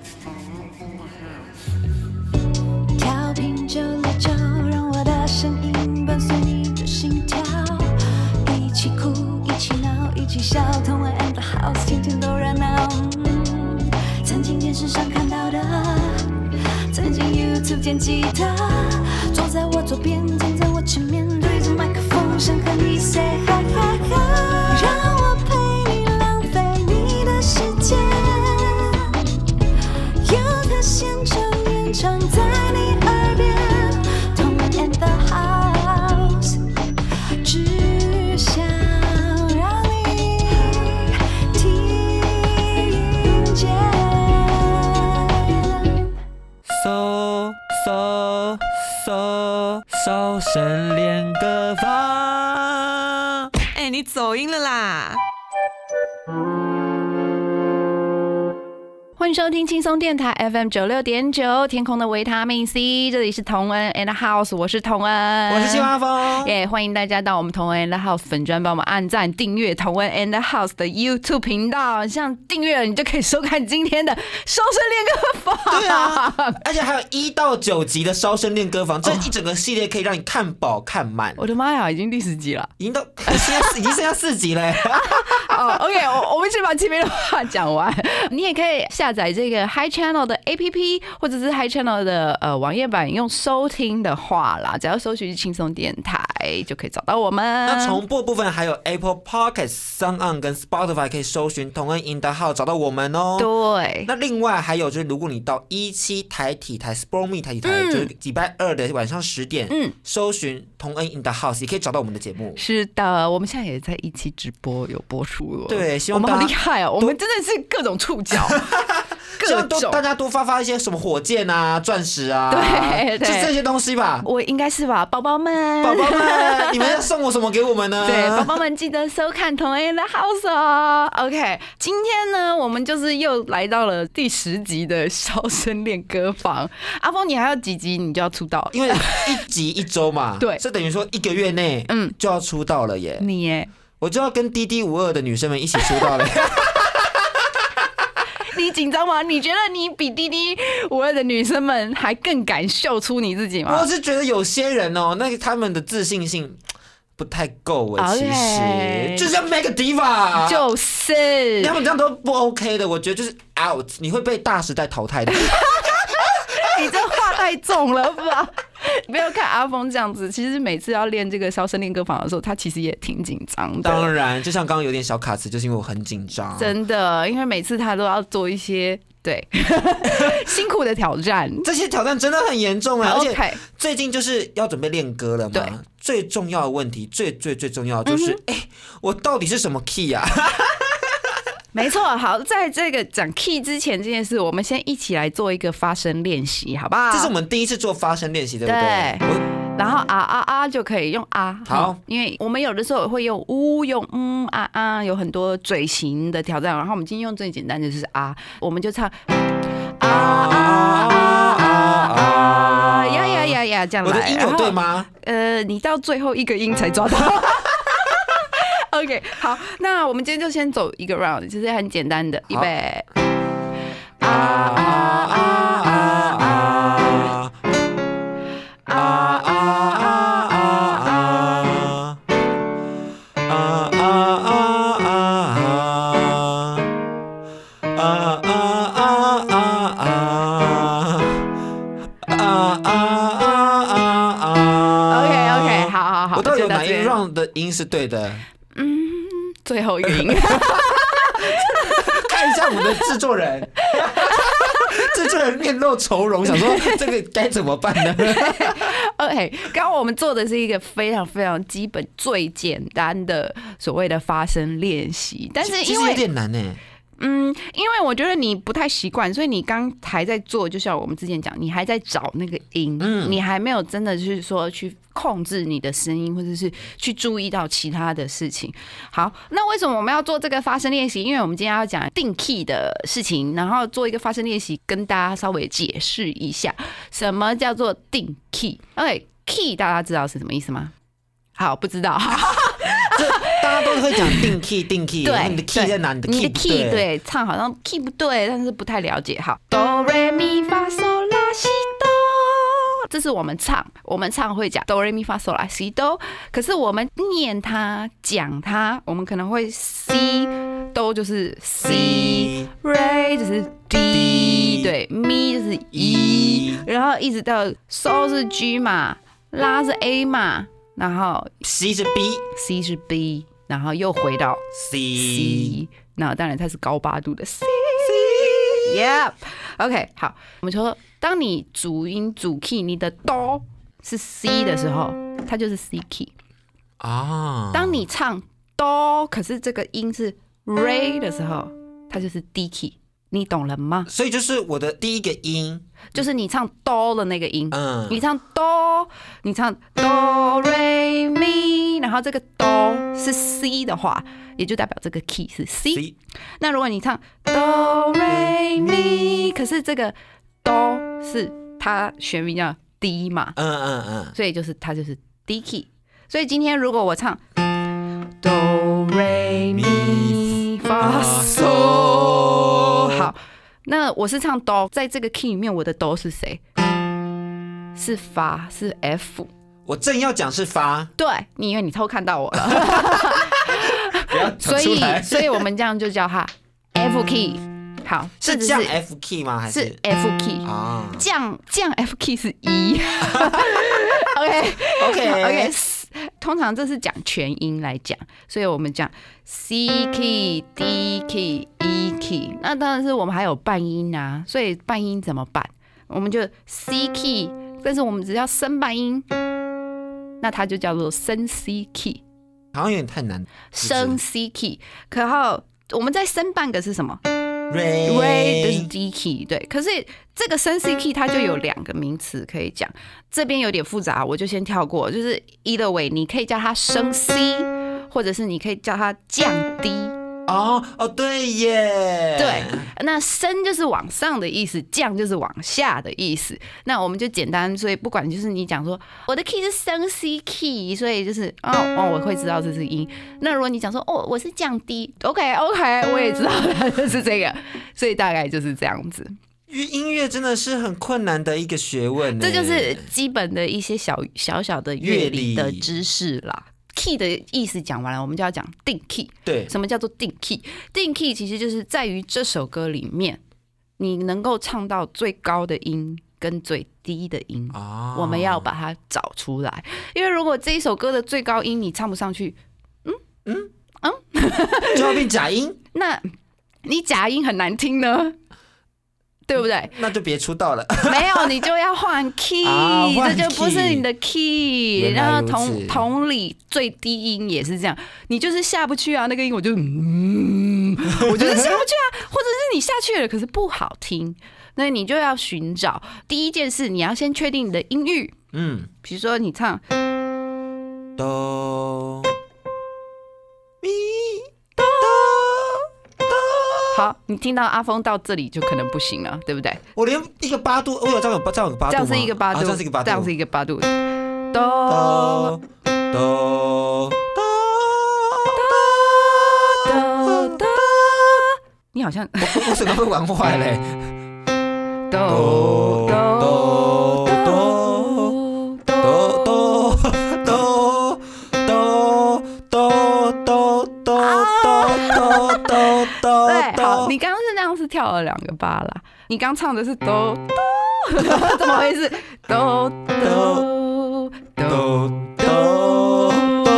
调频969，让我的声音伴随你的心跳，一起哭，一起闹，一起笑，同玩 and the house， 天天都热闹。曾经电视上看到的，曾经 YouTube 见吉他，坐在我左边，站在我前面，对着麦克风，想和你 say hi hi hi， 让我陪你浪费你的时间，有他现场演唱在你耳边，同玩 and the house， 只想让你听见。 烧声练歌房。 你走音了啦！ 欢迎收听轻松电台 FM 96.9，天空的维他命 C， 这里是同恩 and house， 我是同恩， 我是西瓜风， 欢迎大家到我们同恩 and house 粉专，帮我们按赞订阅同恩 and house 的 YouTube 频道，像订阅了你就可以收看今天的烧声练歌房。 对啊，而且还有1到9集的烧声练歌房，这一整个系列可以让你看饱看满。 我的妈呀，已经第10集了， 已经现在剩下4集了。 OK， 我们先把前面的话讲完。你也可以下载这个 Hi Channel 的 APP， 或者是 Hi Channel 的网页版，用收听的话啦，只要搜寻轻松电台就可以找到我们。 那重播部分还有 Apple Podcast、SoundOn 跟 Spotify 可以搜寻同恩 in the house 找到我们哦。 对。 那另外还有就是，如果你到17台体台 Sport Me 台体台，就是礼拜2的晚上10点，搜寻同恩 in the house 也可以找到我们的节目。 是的，我们现在也在17直播有播出了。 对，希望我们好厉害哦，我们真的是各种触角。 希望大家多发一些什么火箭啊、钻石啊， 对， 就这些东西吧。 我应该是吧，宝宝们， 你们要送我什么给我们呢？ 对，宝宝们记得收看同恩的 house 哦。OK， 今天呢，我们就是又来到了第10集的烧声练歌房。阿峰，你还有几集你就要出道？ 因为1集1周嘛， 对， 这等于说1个月内，就要出道了耶。 你耶， 我就要跟滴滴52的女生们一起出道了。 你紧张吗？你觉得你比滴滴52的女生们还更敢秀出你自己吗？ 我是觉得有些人哦，那他们的自信心不太够其实就是要 make a diva， 就是他们这样都不 OK 的，我觉得就是 out， 你会被大时代淘汰的。 你这话太重了吧？不要看阿峰这样子，其实每次要练这个烧声练歌房的时候，他其实也挺紧张的。 当然，就像刚刚有点小卡词，就是因为我很紧张。 真的，因为每次他都要做一些对辛苦的挑战， 这些挑战真的很严重啊！而且最近就是要准备练歌了嘛，最重要的问题，最重要的就是，我到底是什么 key 啊？ 没错，好，在这个讲 key 之前这件事，我们先一起来做一个发声练习，好不好？ 这是我们第一次做发声练习，对不对？ 然后就可以用好， 因为我们有的时候会用用有很多嘴型的挑战，然后我们今天用最简单的就是我们就唱呀这样来。 我的音有对吗？ 你到最后一个音才抓到。OK， 好，那我们今天就先走一个 round， 就是很简单的，预备。OK， 好， 我到底有哪一 round 的音是对的？ 最后一个音。 看一下我们的制作人，制作人面露愁容，想说这个该怎么办呢 ？OK， 刚刚我们做的是一个非常非常基本、最简单的所谓的发声练习，但是因为其实有点难呢。 因为我觉得你不太习惯，所以你刚还在做，就像我们之前讲，你还在找那个音，你还没有真的就是说去控制你的声音，或者是去注意到其他的事情。好，那为什么我们要做这个发声练习？因为我们今天要讲定 key 的事情，然后做一个发声练习，跟大家稍微解释一下什么叫做定 key。OK， key 大家知道是什么意思吗？好，不知道。 大大家都会讲定 key 定 key， 对， 你的 key 在哪？你的 key 不 key 对，唱好像 key 不对，但是不太了解。好，哆来咪发嗦拉西哆，这是我们唱会讲哆来咪发嗦拉西哆，可是我们念它讲它，我们可能会 C 哆就是 C， Re 就是 D， 对，咪就是 E， 然后一直到 So 是 G 嘛，拉是 A 嘛，然后 C 是 B，C 是 B， 然后又回到 C， 那当然它是高八度的 C。Yep，OK， 好，我们说，当你主音主 key， 你的哆是 C 的时候，它就是 C key 啊。当你唱哆，可是这个音是 Re 的时候，它就是 D key， 你懂了吗？ 所以就是我的第一个音， 就是你唱哆的那个音，你唱哆，你唱哆 Re Mi， 然后这个哆是 C 的话，也就代表这个 key 是 C。那如果你唱哆 Re Mi， 可是这个哆是它旋律叫 D 嘛，所以就是它就是 D key。所以今天如果我唱哆 Re Mi Fa So， 好，那我是唱哆，在这个 key 里面，我的哆是谁？是发，是 F。 我正要讲是发， 对，你以为你偷看到我了？ 不要讲出来。 所以我们这样就叫它 F key。好， 是降 F key 吗？还是 F key 啊？降 F key 是 E。OK， 通常这是讲全音来讲，所以我们讲 C key、D key、E key。那当然是我们还有半音啊，所以半音怎么办？我们就 C key， 但是我们只要升半音，那它就叫做升 C key。 好像有点太难。 升 C key， 可后我们再升半个是什么？Re 就是 D key， 对。可是这个升 C key 它就有2个名词可以讲，这边有点复杂，我就先跳过。就是 either way， 你可以叫它升 C， 或者是你可以叫它降 D。 对耶。 对，那升就是往上的意思，降就是往下的意思。那我们就简单，所以不管就是你讲说我的 key 是升 C key， 所以就是我会知道这是音。那如果你讲说我是降 D，OK， 我也知道是这个，所以大概就是这样子。 音乐真的是很困难的一个学问， 这就是基本的一些小小的乐理的知识啦。key 的意思讲完了，我们就要讲定 key。 对， 什么叫做定 key？ 定 key 其实就是在于这首歌里面，你能够唱到最高的音跟最低的音，我们要把它找出来。因为如果这一首歌的最高音你唱不上去， 就要变假音。 那你假音很难听呢。对不对？ 那就别出道了。 没有，你就要换 key，这就不是你的 key。然后同理，最低音也是这样，你就是下不去啊，那个音我就是下不去啊，或者是你下去了，可是不好听，那你就要寻找。第一件事，你要先确定你的音域。比如说你唱哆咪哆。 好，你听到阿峰到这里就可能不行了，对不对？ 我连一个8度，这样有8度吗？ 这样是一个8度， 这样是一个8度， 这样是一个8度。 哆哆， 你好像我整个被玩坏嘞。 哆哆哆哆哆对，好，你刚刚是那样是跳了2个8啦，你刚唱的是哆哆，怎么回事？哆哆哆哆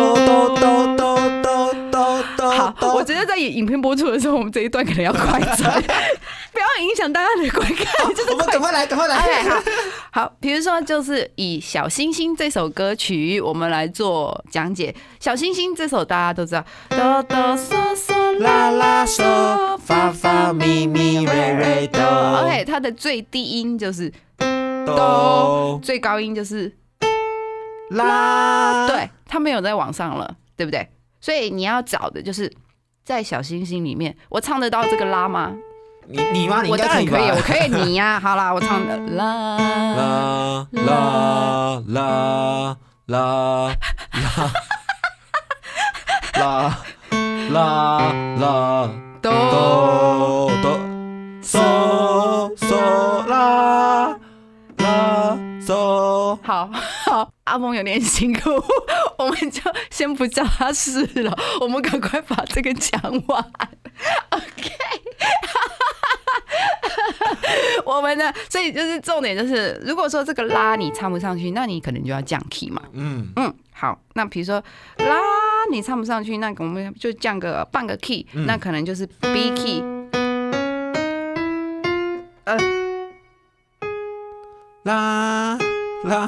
哆。好，我觉得在影片播出的时候，我们这一段可能要快转，不要影响大家的观看。 我们赶快来。 好，比如说就是以《小星星》这首歌曲，我们来做讲解。《小星星》这首大家都知道，哆哆嗦嗦啦啦嗦，发发咪咪瑞瑞哆。OK， 它的最低音就是哆，最高音就是啦。对，它没有再往上了，对不对？所以你要找的就是在《小星星》里面，我唱得到这个啦吗？ 你吗？你应该可以吧？ 我当然可以，我可以你呀。好啦，我唱的啦啦啦啦啦啦啦啦啦哆哆嗦嗦啦啦嗦。 好，阿峰有点辛苦，我们就先不叫他试了，我们赶快把这个讲完。OK， 我们呢，所以就是重点就是，如果说这个拉你唱不上去，那你可能就要降 key 嘛。好，那比如说拉你唱不上去，那我们就降个半个 key，那可能就是 B key。 啦啦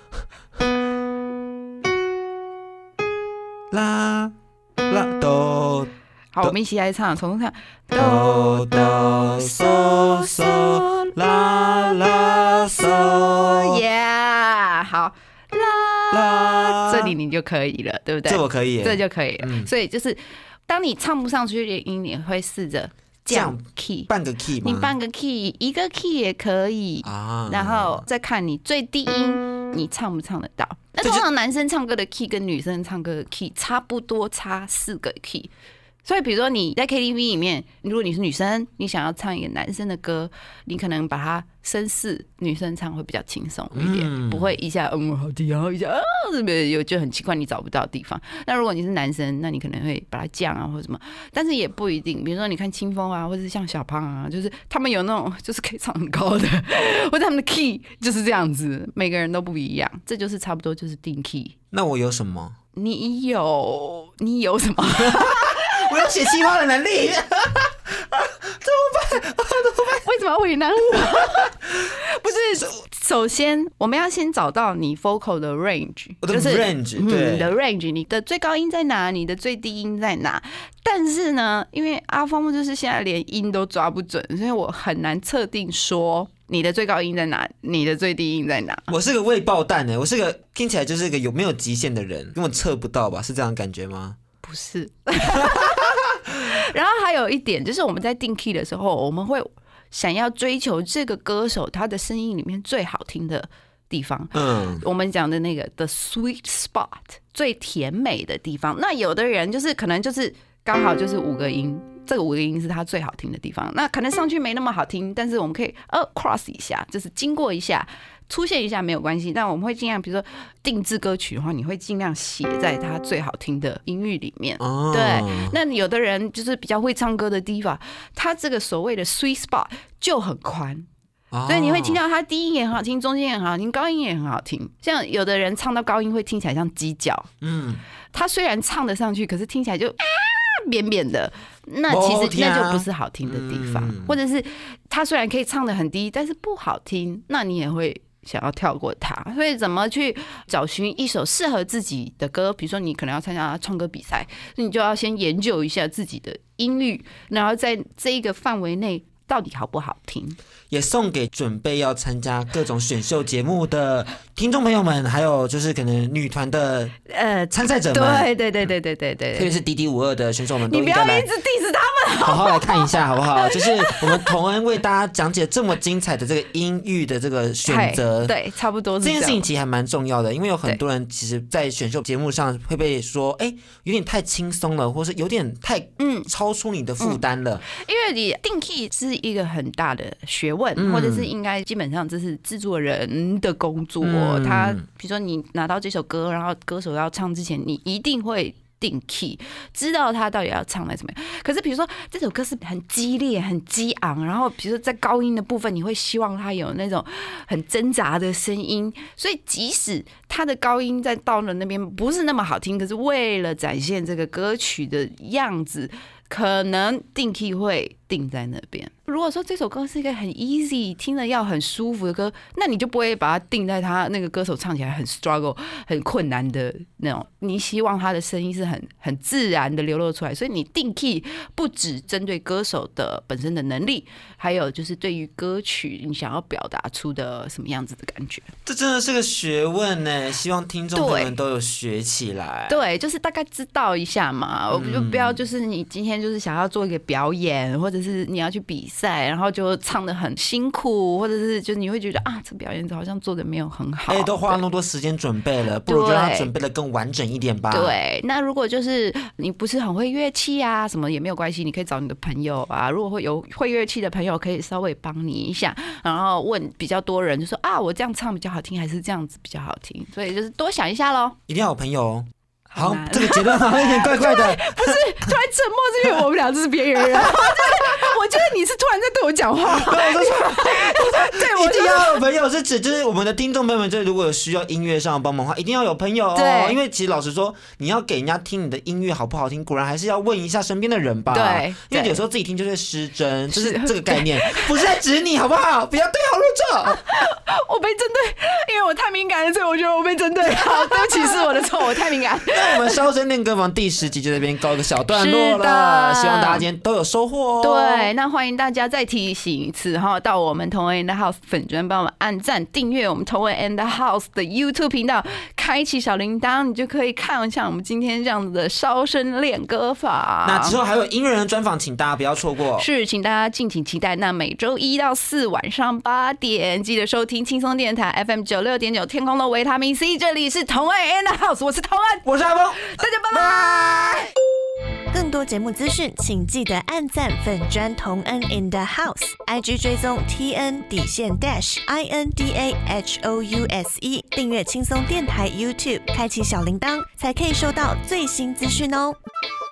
啦啦哆。 好，我们一起来唱，重唱。 哆哆嗦嗦啦啦嗦。 Yeah， 好，啦，这里你就可以了，对不对？ 这我可以， 这就可以了。所以就是，当你唱不上去的音，你会试着降 key， 半个 key 吗？ 你半个 key， 一个 key 也可以啊。然后再看你最低音，你唱不唱得到？那通常男生唱歌的 key 跟女生唱歌的 key 差不多，差4个 key。所以，比如说你在 KTV 里面，如果你是女生，你想要唱一个男生的歌，你可能把它升4，女生唱会比较轻松一点，不会一下好低，然后一下有就很奇怪，你找不到地方。那如果你是男生，那你可能会把它降啊或者什么，但是也不一定。比如说你看清风啊，或者是像小胖啊，就是他们有那种就是可以唱很高的，或者他们的 key 就是这样子，每个人都不一样，这就是差不多就是定 key。 那我有什么？ 你有什么？ 我有写企划的能力，怎么办？ 为什么要为难我？不是，首先我们要先找到你 vocal 的 range， 就是 range， 对， 你的 range， 你的最高音在哪？你的最低音在哪？但是呢，因为阿峰就是现在连音都抓不准，所以我很难测定说你的最高音在哪，你的最低音在哪。 我是个未爆弹我是个听起来就是个有没有极限的人，根本测不到吧？是这样的感觉吗？ 不是。然后还有一点就是我们在定 key 的时候，我们会想要追求这个歌手他的声音里面最好听的地方，我们讲的那个 the sweet spot， 最甜美的地方。那有的人就是可能就是刚好就是5个音，这个5个音是他最好听的地方，那可能上去没那么好听，但是我们可以cross 一下，就是经过一下。出现一下没有关系，但我们会尽量，比如说定制歌曲的话，你会尽量写在它最好听的音域里面。对，那有的人就是比较会唱歌的地方，他这个所谓的 sweet spot 就很宽，所以你会听到他低音也很好听，中间也很好听，高音也很好听。像有的人唱到高音会听起来像鸡叫，他虽然唱得上去，可是听起来就扁扁的，那其实那就不是好听的地方。或者是他虽然可以唱得很低，但是不好听，那你也会想要跳过它。所以怎么去找寻一首适合自己的歌，比如说你可能要参加唱歌比赛，你就要先研究一下自己的音域，然后在这一个范围内到底好不好听。 也送给准备要参加各种选秀节目的听众朋友们，还有就是可能女团的参赛者们，对，特别是滴滴52的选手们，都应该来， 你不要一直 diss 他们， 好好来看一下好不好？就是我们同恩为大家讲解这么精彩的这个音域的这个选择， 对，差不多是这件事情其实还蛮重要的，因为有很多人其实，在选秀节目上会被说，有点太轻松了，或是有点太超出你的负担了， 因为你定 key 是一个很大的学问，或者是应该基本上这是制作人的工作。他比如说你拿到这首歌，然后歌手要唱之前，你一定会定 key， 知道他到底要唱来怎么样。可是比如说这首歌是很激烈、很激昂，然后比如说在高音的部分，你会希望他有那种很挣扎的声音，所以即使他的高音在到了那边不是那么好听，可是为了展现这个歌曲的样子，可能定 key 会定在那边。如果说这首歌是一个很 easy 听了要很舒服的歌，那你就不会把它定在他那个歌手唱起来很 struggle 很困难的那种，你希望他的声音是很自然的流露出来，所以你定 key 不只针对歌手的本身的能力，还有就是对于歌曲你想要表达出的什么样子的感觉。 这真的是个学问呢，希望听众朋友们都有学起来。 对，就是大概知道一下嘛，我就不要就是你今天就是想要做一个表演，或者是你要去比赛，然后就唱得很辛苦，或者是就你会觉得啊，这表演者好像做的没有很好， 都花了那么多时间准备了，不如就让他准备的更完整一点吧。 对，那如果就是你不是很会乐器啊，什么也没有关系，你可以找你的朋友啊，如果会有会乐器的朋友，可以稍微帮你一下，然后问比较多人，就说啊，我这样唱比较好听，还是这样子比较好听，所以就是多想一下咯。 一定要有朋友哦。好，这个结论好像有点怪怪的。 不是，突然沉默是因为我们俩就是边缘人。我觉得你是突然在对我讲话。 对，一定要有朋友是指就是我们的听众朋友们，就是如果有需要音乐上的帮忙的话，一定要有朋友哦。 对， 因为其实老实说，你要给人家听你的音乐好不好听，果然还是要问一下身边的人吧。 对， 因为有时候自己听就会失真，就是这个概念，不是在指你好不好？不要对号入座。 我被针对，因为我太敏感了，所以我觉得我被针对。好，对不起，是我的错，我太敏感。 那我们烧声练歌房第10集就在这边告一个小段落了，希望大家今天都有收获哦。 对，那欢迎大家再提醒一次哈，到我们同恩 in the house 粉专帮我们按赞订阅我们同恩 in the house 的 YouTube 频道，开启小铃铛，你就可以看像我们今天这样子的烧声练歌法。 那之后还有音乐人的专访，请大家不要错过。 是，请大家敬请期待。那每周1到4晚上8点，记得收听轻松电台 FM 96.9天空的维他命 C， 这里是同恩 in the house， 我是同恩， 我是阿峰， 大家拜拜。 更多节目资讯，请记得按赞粉专同恩 in the house，IG 追踪 TN_INDAHOUSE， 订阅轻松电台 YouTube， 开启小铃铛，才可以收到最新资讯哦。